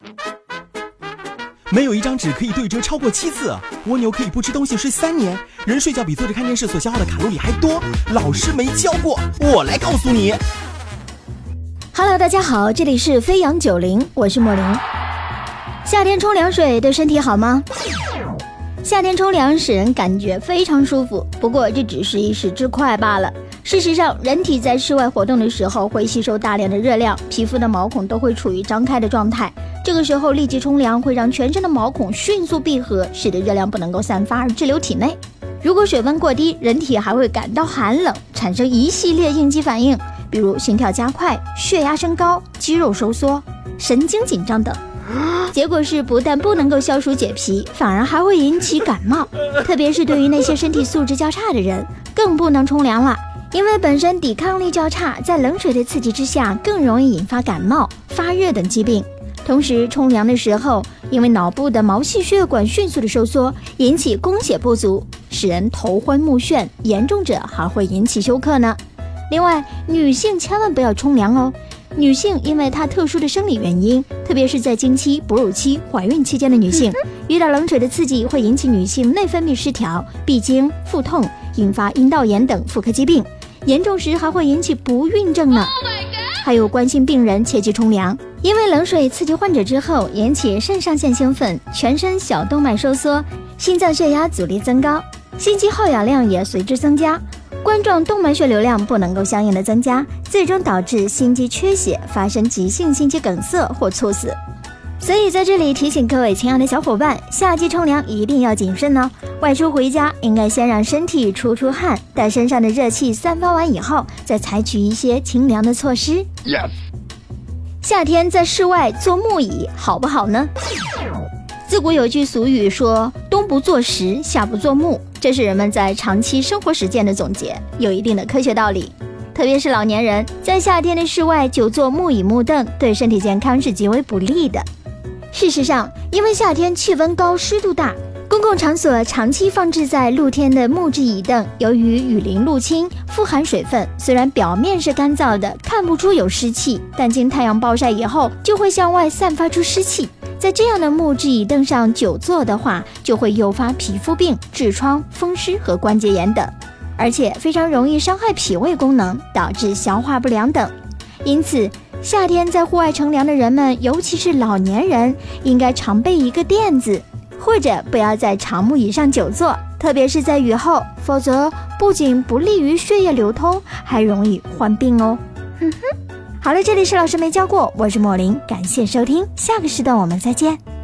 没有一张纸可以对折超过7次，蜗牛可以不吃东西睡3年，人睡觉比坐着看电视所消耗的卡路里还多。老师没教过，我来告诉你。 Hello， 大家好，这里是飞扬90，我是莫林。夏天冲凉水对身体好吗？夏天冲凉使人感觉非常舒服，不过这只是一时之快罢了。事实上，人体在室外活动的时候会吸收大量的热量，皮肤的毛孔都会处于张开的状态。这个时候立即冲凉会让全身的毛孔迅速闭合，使得热量不能够散发而滞留体内。如果水温过低，人体还会感到寒冷，产生一系列应激反应，比如心跳加快、血压升高、肌肉收缩、神经紧张等。结果是不但不能够消除解皮，反而还会引起感冒，特别是对于那些身体素质较差的人，更不能冲凉了，因为本身抵抗力较差，在冷水的刺激之下更容易引发感冒、发热等疾病。同时冲凉的时候，因为脑部的毛细血管迅速的收缩，引起供血不足，使人头昏目眩，严重者还会引起休克呢。另外，女性千万不要冲凉哦。女性因为她特殊的生理原因，特别是在经期、哺乳期、怀孕期间的女性，遇到冷水的刺激会引起女性内分泌失调、闭经、腹痛，引发阴道炎等妇科疾病，严重时还会引起不孕症呢。还有冠心病人切忌冲凉，因为冷水刺激患者之后，引起肾上腺兴奋，全身小动脉收缩，心脏血压阻力增高，心肌耗氧量也随之增加，冠状动脉血流量不能够相应的增加，最终导致心肌缺血，发生急性心肌梗塞或猝死。所以在这里提醒各位亲爱的小伙伴，夏季冲凉一定要谨慎哦。外出回家应该先让身体出汗，待身上的热气散发完以后，再采取一些清凉的措施。Yes。夏天在室外坐木椅好不好呢？自古有句俗语说，冬不坐石，夏不坐木，这是人们在长期生活实践的总结，有一定的科学道理。特别是老年人在夏天的室外久坐木椅木凳，对身体健康是极为不利的。事实上，因为夏天气温高、湿度大，公共场所长期放置在露天的木质椅凳，由于雨淋露侵，富含水分，虽然表面是干燥的，看不出有湿气，但经太阳暴晒以后，就会向外散发出湿气。在这样的木质椅凳上久坐的话，就会诱发皮肤病、痔疮、风湿和关节炎等，而且非常容易伤害脾胃功能，导致消化不良等。因此，夏天在户外乘凉的人们，尤其是老年人，应该常备一个垫子，或者不要在长木椅上久坐，特别是在雨后，否则不仅不利于血液流通，还容易患病哦。好了，这里是老师没教过，我是莫林，感谢收听，下个时段我们再见。